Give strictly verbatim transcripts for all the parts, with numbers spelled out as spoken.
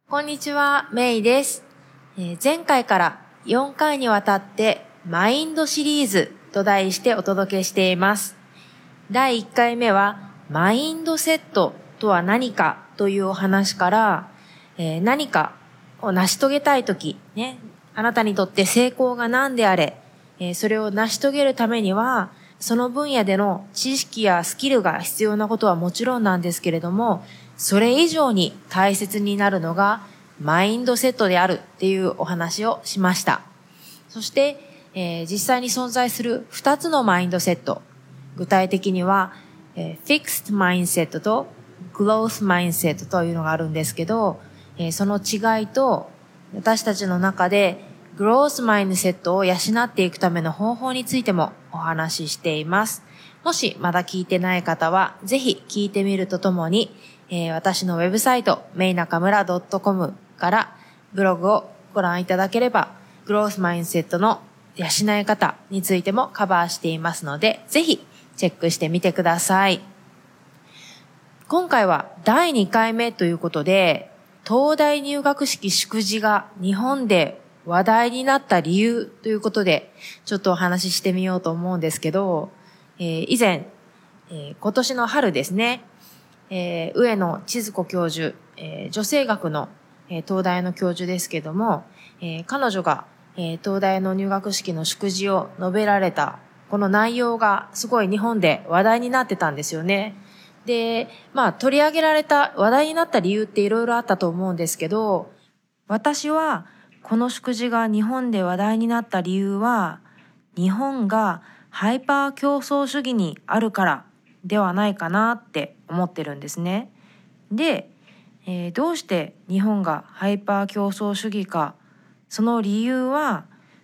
こんにちは、メイです。えー前回からよんかいにわたってマインドシリーズと題してお届けしています。だいいっかいめはマインドセットとは何かというお話から、えー何かを成し遂げたいとき、ね、あなたにとって成功が何であれ、えーそれを成し遂げるためには、その分野での知識やスキルが必要なことはもちろんなんですけれども、それ以上に大切になるのがマインドセットであるっていうお話をしました。そして、えー実際に存在するふたつのマインドセット。具体的には、えー、Fixed Mindset と Growth Mindset というのがあるんですけど、えーその違いと私たちの中で Growth Mindset を養っていくための方法についてもお話ししています。もしまだ聞いてない方は、ぜひ聞いてみるとともに、えー私のウェブサイト、メイナカムラ .com からブログをご覧いただければ、グロースマインドセットの養い方についてもカバーしていますので、ぜひチェックしてみてください。今回はだいにかいめということで、東大入学式祝辞が日本で話題になった理由ということで、ちょっとお話ししてみようと思うんですけど、えー以前、えー今年の春ですね、えー上野千鶴子教授、えー女性学の、えー東大の教授ですけども、えー彼女が、えー東大の入学式の祝辞を述べられた、この内容がすごい日本で話題になってたんですよね。で、まあ取り上げられた、話題になった理由っていろいろあったと思うんですけど、私はこの祝辞が日本で話題になった理由は、日本がハイパー競争主義にあるからではないかなって思ってるんですね。で、えーどうして日本がハイパー競争主義か、その理由は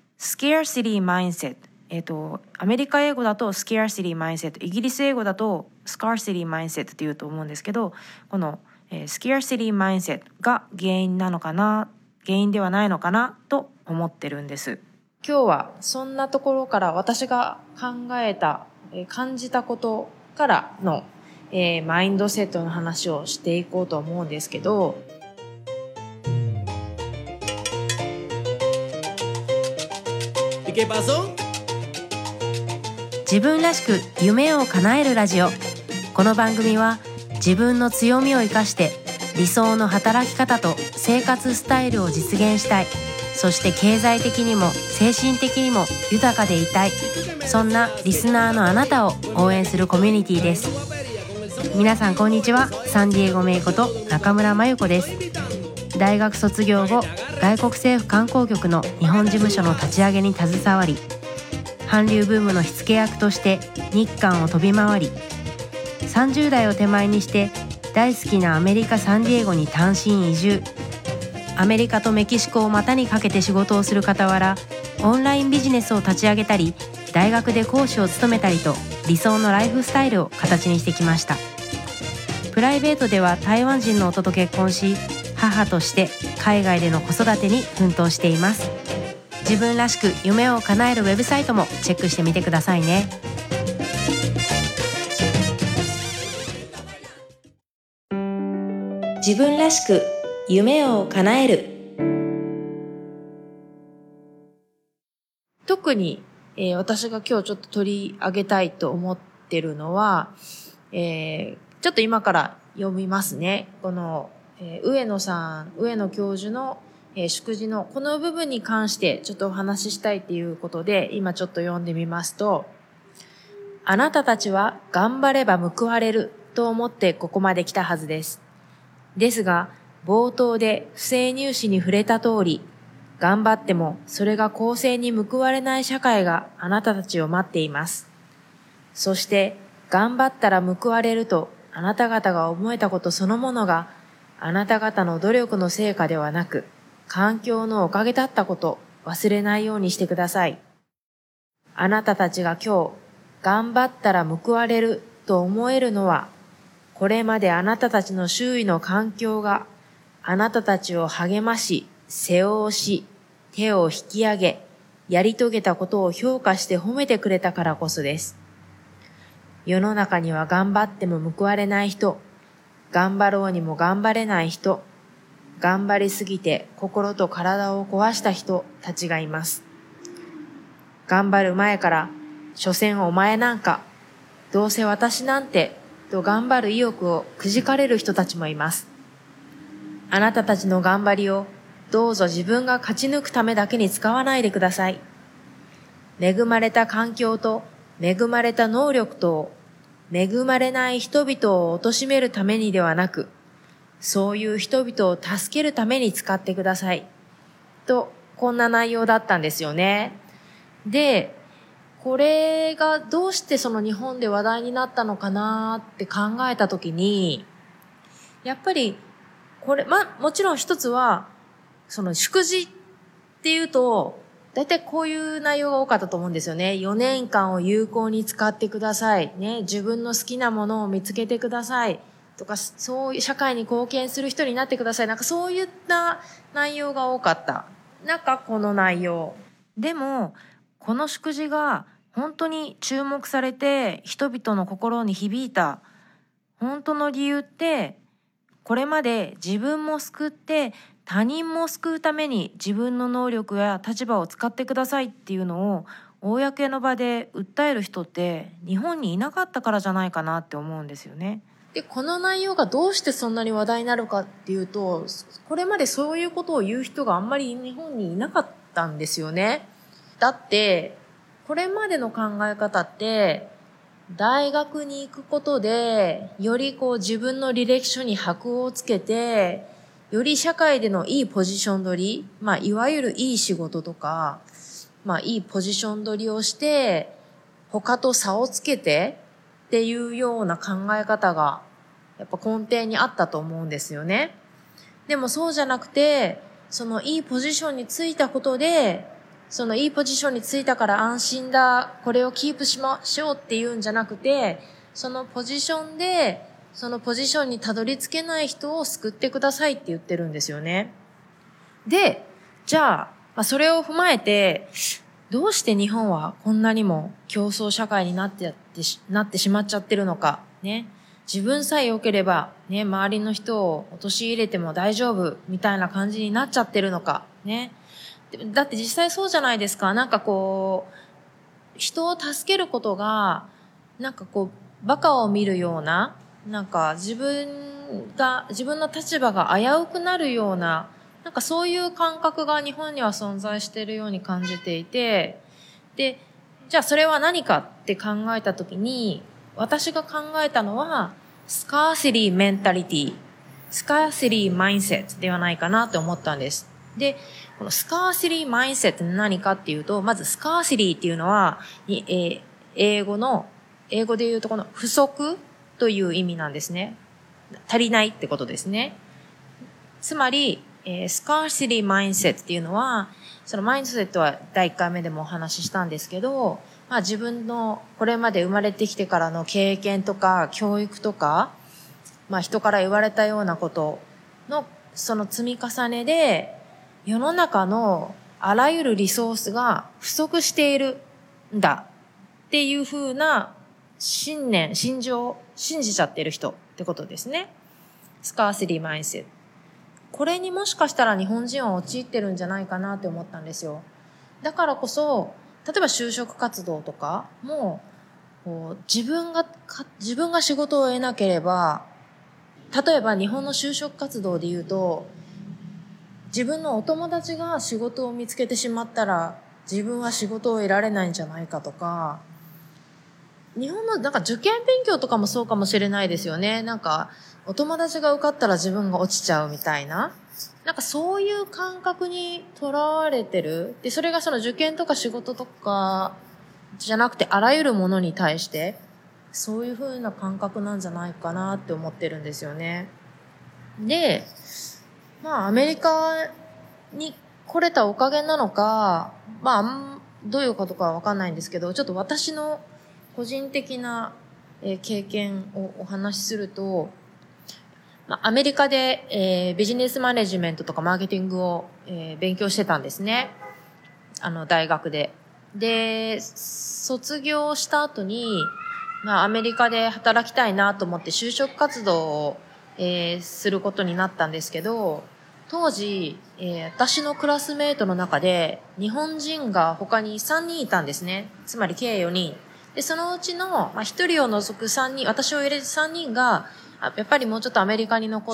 scarcity mindset、えっとアメリカ英語だと scarcity mindset、イギリス英語だと scarcity mindset っていうと思うんですけど、この、えー、scarcity mindset が原因なのかな、原因ではないのかなと思ってるんです。今日はそんなところから私が考えた、えー感じたことからの、えーマインドセットの話をしていこうと思うんですけど、 ¿Y qué pasó? 自分らしく夢を叶えるラジオ。この番組は自分の強みを生かして理想の働き方と生活スタイルを実現したい、そして経済的にも精神的にも豊かでいたい、そんなリスナーのあなたを応援するコミュニティです。皆さんこんにちは。サンディエゴメイこと中村真由子です。大学卒業後、外国政府観光局の日本事務所の立ち上げに携わり、韓流ブームの火付け役として日韓を飛び回り、さんじゅう代を手前にして大好きなアメリカ・サンディエゴに単身移住。アメリカとメキシコを股にかけて仕事をする傍ら、オンラインビジネスを立ち上げたり、大学で講師を務めたりと、理想のライフスタイルを形にしてきました。プライベートでは台湾人の夫と結婚し、母として海外での子育てに奮闘しています。自分らしく夢を叶えるウェブサイトもチェックしてみてくださいね。自分らしく夢を叶える。特に、えー私が今日ちょっと取り上げたいと思ってるのは、えーちょっと今から読みますね。この、えー上野さん、上野教授の、えー祝辞のこの部分に関してちょっとお話ししたいということで、今ちょっと読んでみますと、あなたたちは頑張れば報われると思ってここまで来たはずです。ですが、冒頭で不正入試に触れた通り、頑張ってもそれが公正に報われない社会があなたたちを待っています。そして、頑張ったら報われるとあなた方が思えたことそのものが、あなた方の努力の成果ではなく、環境のおかげだったこと忘れないようにしてください。あなたたちが今日、頑張ったら報われると思えるのは、これまであなたたちの周囲の環境があなたたちを励まし、背を押し、手を引き上げ、やり遂げたことを評価して褒めてくれたからこそです。世の中には頑張っても報われない人、頑張ろうにも頑張れない人、 頑張りすぎて心と体を壊した人たちがいます。頑張る前から、所詮お前なんか、どうせ私なんて、と頑張る意欲をくじかれる人たちもいます。あなたたちの頑張りを、どうぞ自分が勝ち抜くためだけに使わないでください。恵まれた環境と恵まれた能力と恵まれない人々を貶めるためにではなく、そういう人々を助けるために使ってください。と、こんな内容だったんですよね。で、これがどうしてその日本で話題になったのかなって考えたときに、やっぱり、これ、ま、もちろん一つは、その祝辞っていうと、だいたいこういう内容が多かったと思うんですよね。よねんかんを有効に使ってください。ね、自分の好きなものを見つけてください。とか、そういう社会に貢献する人になってください。なんかそういった内容が多かった。なんかこの内容。でも、この祝辞が本当に注目されて人々の心に響いた本当の理由って、これまで自分も救って他人も救うために自分の能力や立場を使ってくださいっていうのを公の場で訴える人って日本にいなかったからじゃないかなって思うんですよね。で、この内容がどうしてそんなに話題になるかっていうと、これまでそういうことを言う人があんまり日本にいなかったんですよね。だって、これまでの考え方って、大学に行くことで、よりこう自分の履歴書に箔をつけて、より社会でのいいポジション取り、まあいわゆるいい仕事とか、まあいいポジション取りをして、他と差をつけてっていうような考え方が、やっぱ根底にあったと思うんですよね。でもそうじゃなくて、そのいいポジションについたことで、そのいいポジションについたから安心だ、これをキープしましょうっていうんじゃなくて、そのポジションで、そのポジションにたどり着けない人を救ってくださいって言ってるんですよね。で、じゃあ、まあ、それを踏まえて、どうして日本はこんなにも競争社会になってやってし、なってしまっちゃってるのか、ね。自分さえ良ければ、ね、周りの人を陥れても大丈夫みたいな感じになっちゃってるのか、ね。だって実際そうじゃないですか。なんかこう、人を助けることが、なんかこう、馬鹿を見るような、なんか自分が、自分の立場が危うくなるような、なんかそういう感覚が日本には存在しているように感じていて、で、じゃあそれは何かって考えたときに、私が考えたのは、スカーシティメンタリティ、スカーシティマインセットではないかなと思ったんです。で、このスカーシティマインセットって何かっていうと、まずスカーシティっていうのは、えー、英語の、英語で言うとこの不足という意味なんですね。足りないってことですね。つまり、えー、スカーシティマインセットっていうのは、そのマインドセットはだいいっかいめでもお話ししたんですけど、まあ自分のこれまで生まれてきてからの経験とか教育とか、まあ人から言われたようなことのその積み重ねで、世の中のあらゆるリソースが不足しているんだっていう風な信念、信条、信じちゃってる人ってことですね。スカーシティマインセット。これにもしかしたら日本人は陥ってるんじゃないかなって思ったんですよ。だからこそ、例えば就職活動とかも、こう自分が、自分が仕事を得なければ、例えば日本の就職活動で言うと、自分のお友達が仕事を見つけてしまったら、自分は仕事を得られないんじゃないかとか、日本のなんか受験勉強とかもそうかもしれないですよね。なんかお友達が受かったら自分が落ちちゃうみたいな。なんかそういう感覚にとらわれてる。で、それがその受験とか仕事とかじゃなくてあらゆるものに対してそういう風な感覚なんじゃないかなって思ってるんですよね。で、まあアメリカに来れたおかげなのか、まあどういうことかはわかんないんですけど、ちょっと私の個人的な経験をお話しすると、アメリカで、えー、ビジネスマネジメントとかマーケティングを、えー、勉強してたんですね。あの、大学で。で、卒業した後に、まあ、アメリカで働きたいなと思って就職活動を、えー、することになったんですけど、 当時、えー私のクラスメートの中で日本人が他にさんにんいたんですね。つまり計よにん。で、そのうちの、まあ、ひとりを除くさんにん、私を入れてさんにんが、あやっぱりもうちょっとアメリカに残って、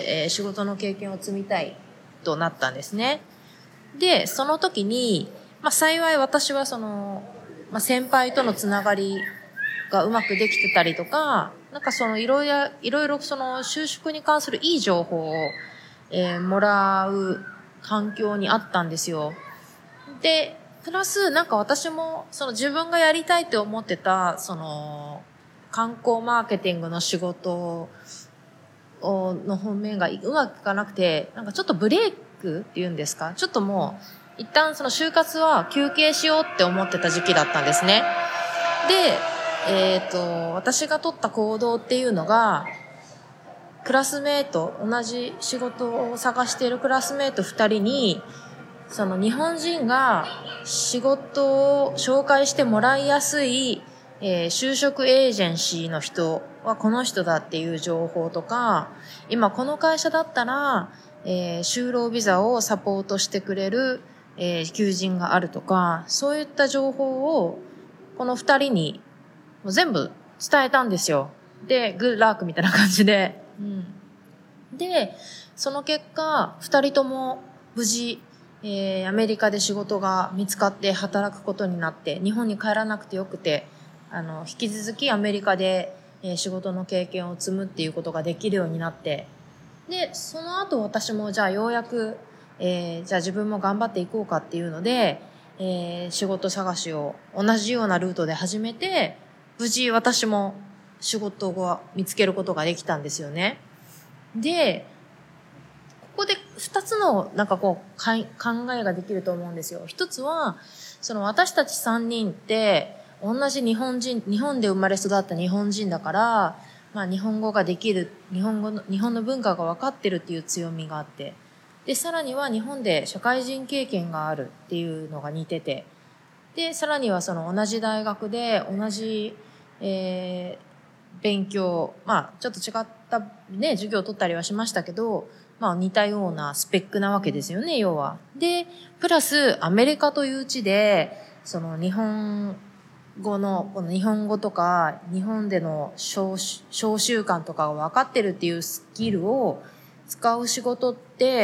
えー仕事の経験を積みたいとなったんですね。で、その時に、まあ、幸い私はその、まあ、先輩とのつながりがうまくできてたりとか、なんかそのいろいろ、いろいろその就職に関するいい情報を、えーもらう環境にあったんですよ。で、プラスなんか私もその自分がやりたいって思ってた、その観光マーケティングの仕事をの本面がうまくいかなくて、なんかちょっとブレイクっていうんですか、ちょっともう一旦その就活は休憩しようって思ってた時期だったんですね。で、えっと、私が取った行動っていうのが、クラスメート、同じ仕事を探しているクラスメートふたりに、その日本人が仕事を紹介してもらいやすい、えー就職エージェンシーの人はこの人だっていう情報とか、今この会社だったら、えー就労ビザをサポートしてくれる、えー求人があるとか、そういった情報をこのふたりにもう全部伝えたんですよ。で、グッラークみたいな感じで。うん、で、その結果、二人とも無事、えー、アメリカで仕事が見つかって働くことになって、日本に帰らなくてよくて、あの、引き続きアメリカで、えー仕事の経験を積むっていうことができるようになって、で、その後私もじゃあようやく、えー、じゃあ自分も頑張っていこうかっていうので、えー仕事探しを同じようなルートで始めて、無事私も仕事を見つけることができたんですよね。で、ここで二つのなんかこうかい考えができると思うんですよ。一つは、その私たち三人って同じ日本人、日本で生まれ育った日本人だから、まあ日本語ができる、日本語の、日本の文化が分かってるっていう強みがあって、で、さらには日本で社会人経験があるっていうのが似てて、で、さらにはその同じ大学で同じ、えー勉強、まあちょっと違ったね、授業を取ったりはしましたけど、まあ似たようなスペックなわけですよね、要は。で、プラスアメリカという地で、その日本語の、この日本語とか、日本での小小習慣とかが分かってるっていうスキルを使う仕事って、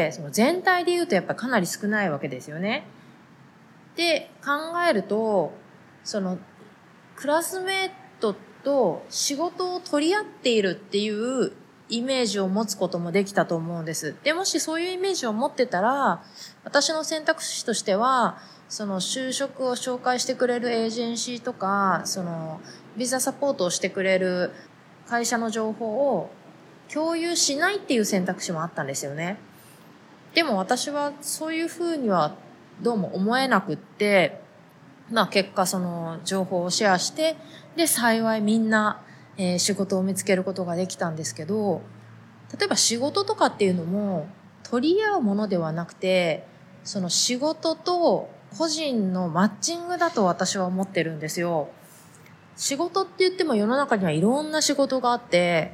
その全体で言うとやっぱりかなり少ないわけですよね。で、考えると、その、クラスメートと仕事を取り合っているっていうイメージを持つこともできたと思うんです。で、もしそういうイメージを持ってたら、私の選択肢としては、その就職を紹介してくれるエージェンシーとか、そのビザサポートをしてくれる会社の情報を共有しないっていう選択肢もあったんですよね。でも私はそういうふうにはどうも思えなくって、まあ結果その情報をシェアして、で幸いみんな、えー仕事を見つけることができたんですけど、例えば仕事とかっていうのも取り合うものではなくて、その仕事と個人のマッチングだと私は思ってるんですよ。仕事って言っても世の中にはいろんな仕事があって、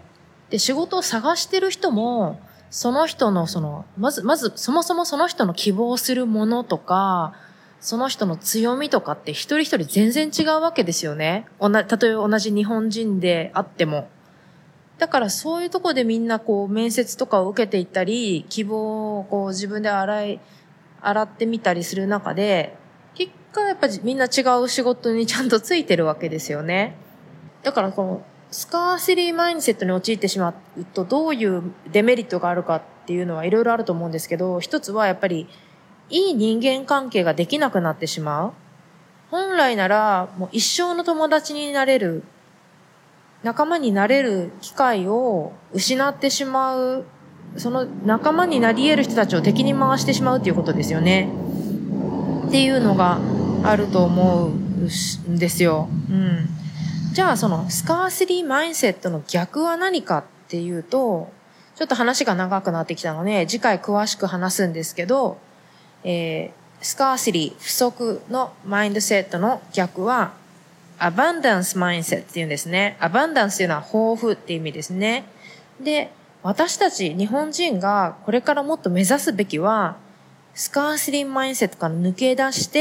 で、仕事を探してる人も、その人のその、まず、まず、そもそもその人の希望するものとか、その人の強みとかって一人一人全然違うわけですよね。おな、たとえ同じ日本人であっても。だからそういうところでみんなこう面接とかを受けていったり、希望をこう自分で洗い、洗ってみたりする中で、結果やっぱりみんな違う仕事にちゃんとついてるわけですよね。だからこのスカーシティマインドセットに陥ってしまうとどういうデメリットがあるかっていうのはいろいろあると思うんですけど、一つはやっぱりいい人間関係ができなくなってしまう。本来ならもう一生の友達になれる、仲間になれる機会を失ってしまう、その仲間になり得る人たちを敵に回してしまうっていうことですよね。っていうのがあると思うんですよ。うん。じゃあそのスカーシティマインドセットの逆は何かっていうと、ちょっと話が長くなってきたので次回詳しく話すんですけど、えー、スカーシティ不足のマインドセットの逆はアバンダンスマインドセットっていうんですね。アバンダンスっていうのは豊富っていう意味ですね。で、 私たち日本人がこれからもっと目指すべきは、スカーシティマインセットから抜け出して、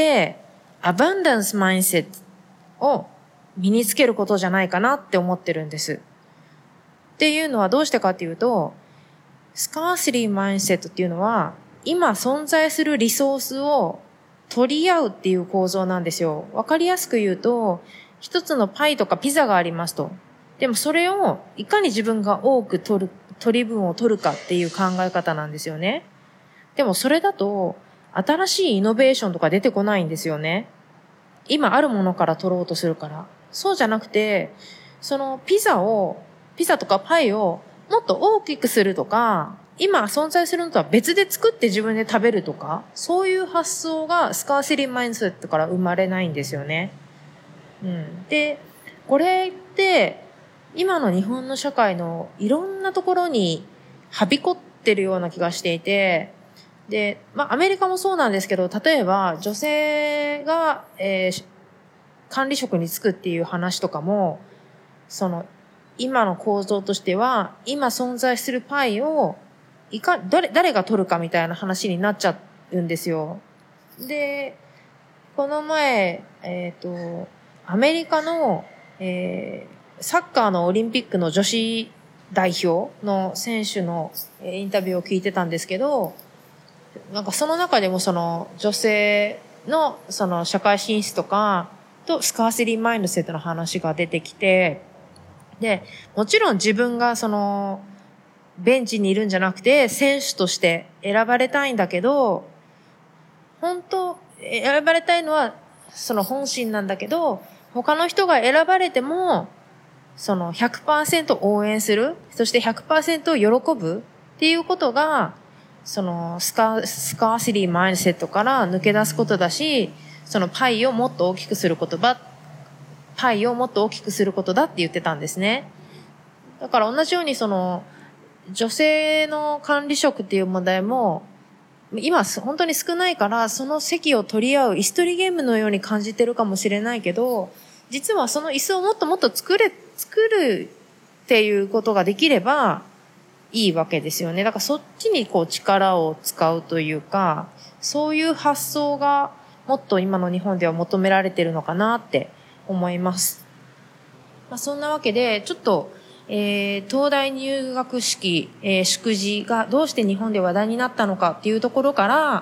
アバンダンスマインセットを身につけることじゃないかなって思ってるんです。っていうのはどうしてかっていうと、スカーシティマインセットっていうのは、今存在するリソースを取り合うっていう構造なんですよ。わかりやすく言うと、一つのパイとかピザがありますと。でもそれをいかに自分が多く取る、取り分を取るかっていう考え方なんですよね。でもそれだと、新しいイノベーションとか出てこないんですよね。今あるものから取ろうとするから。そうじゃなくて、そのピザを、ピザとかパイをもっと大きくするとか、今存在するのとは別で作って自分で食べるとか、そういう発想がスカーシティマインドセットから生まれないんですよね。うん。で、これって今の日本の社会のいろんなところにはびこってるような気がしていて、で、まあアメリカもそうなんですけど、例えば女性が、えー、管理職に就くっていう話とかも、その今の構造としては、今存在するパイをいか、誰、誰が取るかみたいな話になっちゃうんですよ。で、この前、えっと、アメリカの、えー、サッカーのオリンピックの女子代表の選手のインタビューを聞いてたんですけど、なんかその中でもその女性のその社会進出とかとスカーシティマインドセットの話が出てきて、で、もちろん自分がそのベンチにいるんじゃなくて選手として選ばれたいんだけど、本当選ばれたいのはその本心なんだけど、他の人が選ばれてもその ひゃくパーセント 応援する、そして ひゃくパーセント 喜ぶっていうことがそのスカ、スカーシティマインドセットから抜け出すことだし、そのパイをもっと大きくする言葉、パイをもっと大きくすることだって言ってたんですね。だから同じようにその女性の管理職っていう問題も今本当に少ないから、その席を取り合う椅子取りゲームのように感じてるかもしれないけど、実はその椅子をもっともっと作れ、作るっていうことができればいいわけですよね。だからそっちにこう力を使うというか、そういう発想がもっと今の日本では求められてるのかなって思います。まあ、そんなわけで、ちょっと、えー、東大入学式、えー、祝辞がどうして日本で話題になったのかっていうところから、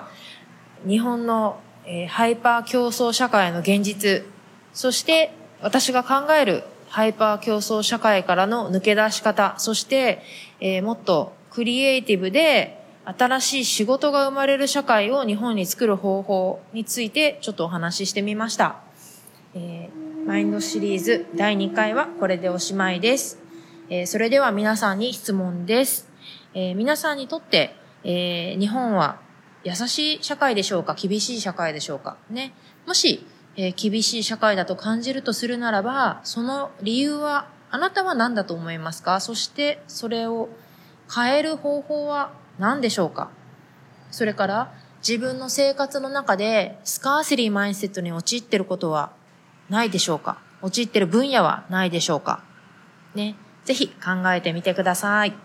日本の、えー、ハイパー競争社会の現実、そして私が考えるハイパー競争社会からの抜け出し方、そして、えー、もっとクリエイティブで新しい仕事が生まれる社会を日本に作る方法についてちょっとお話ししてみました。えー、マインドシリーズだいにかいはこれでおしまいです。えー、それでは皆さんに質問です。えー、皆さんにとって、えー、日本は優しい社会でしょうか、厳しい社会でしょうかね。もし、えー、厳しい社会だと感じるとするならば、その理由はあなたは何だと思いますか？そしてそれを変える方法は何でしょうか？それから自分の生活の中でスカーシティマインドセットに陥っていることはないでしょうか？陥っている分野はないでしょうか？ね、ぜひ考えてみてください。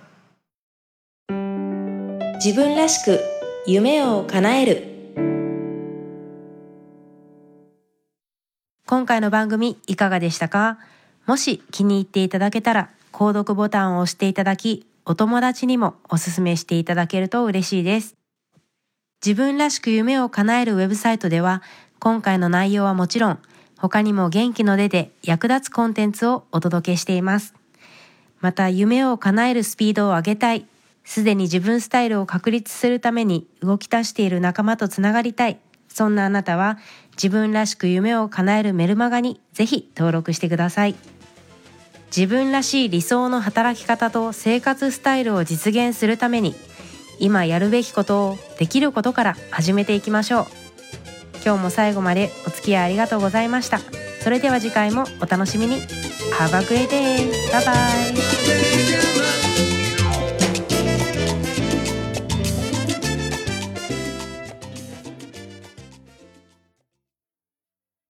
自分らしく夢を叶える。 今回の番組いかがでしたか？もし気に入っていただけたら購読ボタンを押していただき、お友達にもおすすめしていただけると嬉しいです。自分らしく夢を叶えるウェブサイトでは、今回の内容はもちろん、他にも元気の出で役立つコンテンツをお届けしています。また夢を叶えるスピードを上げたい、すでに自分スタイルを確立するために動き出している仲間とつながりたい、そんなあなたは自分らしく夢を叶えるメルマガにぜひ登録してください。自分らしい理想の働き方と生活スタイルを実現するために、今やるべきことをできることから始めていきましょう。今日も最後までお付き合いありがとうございました。それでは次回もお楽しみに。Have a great day! Bye bye!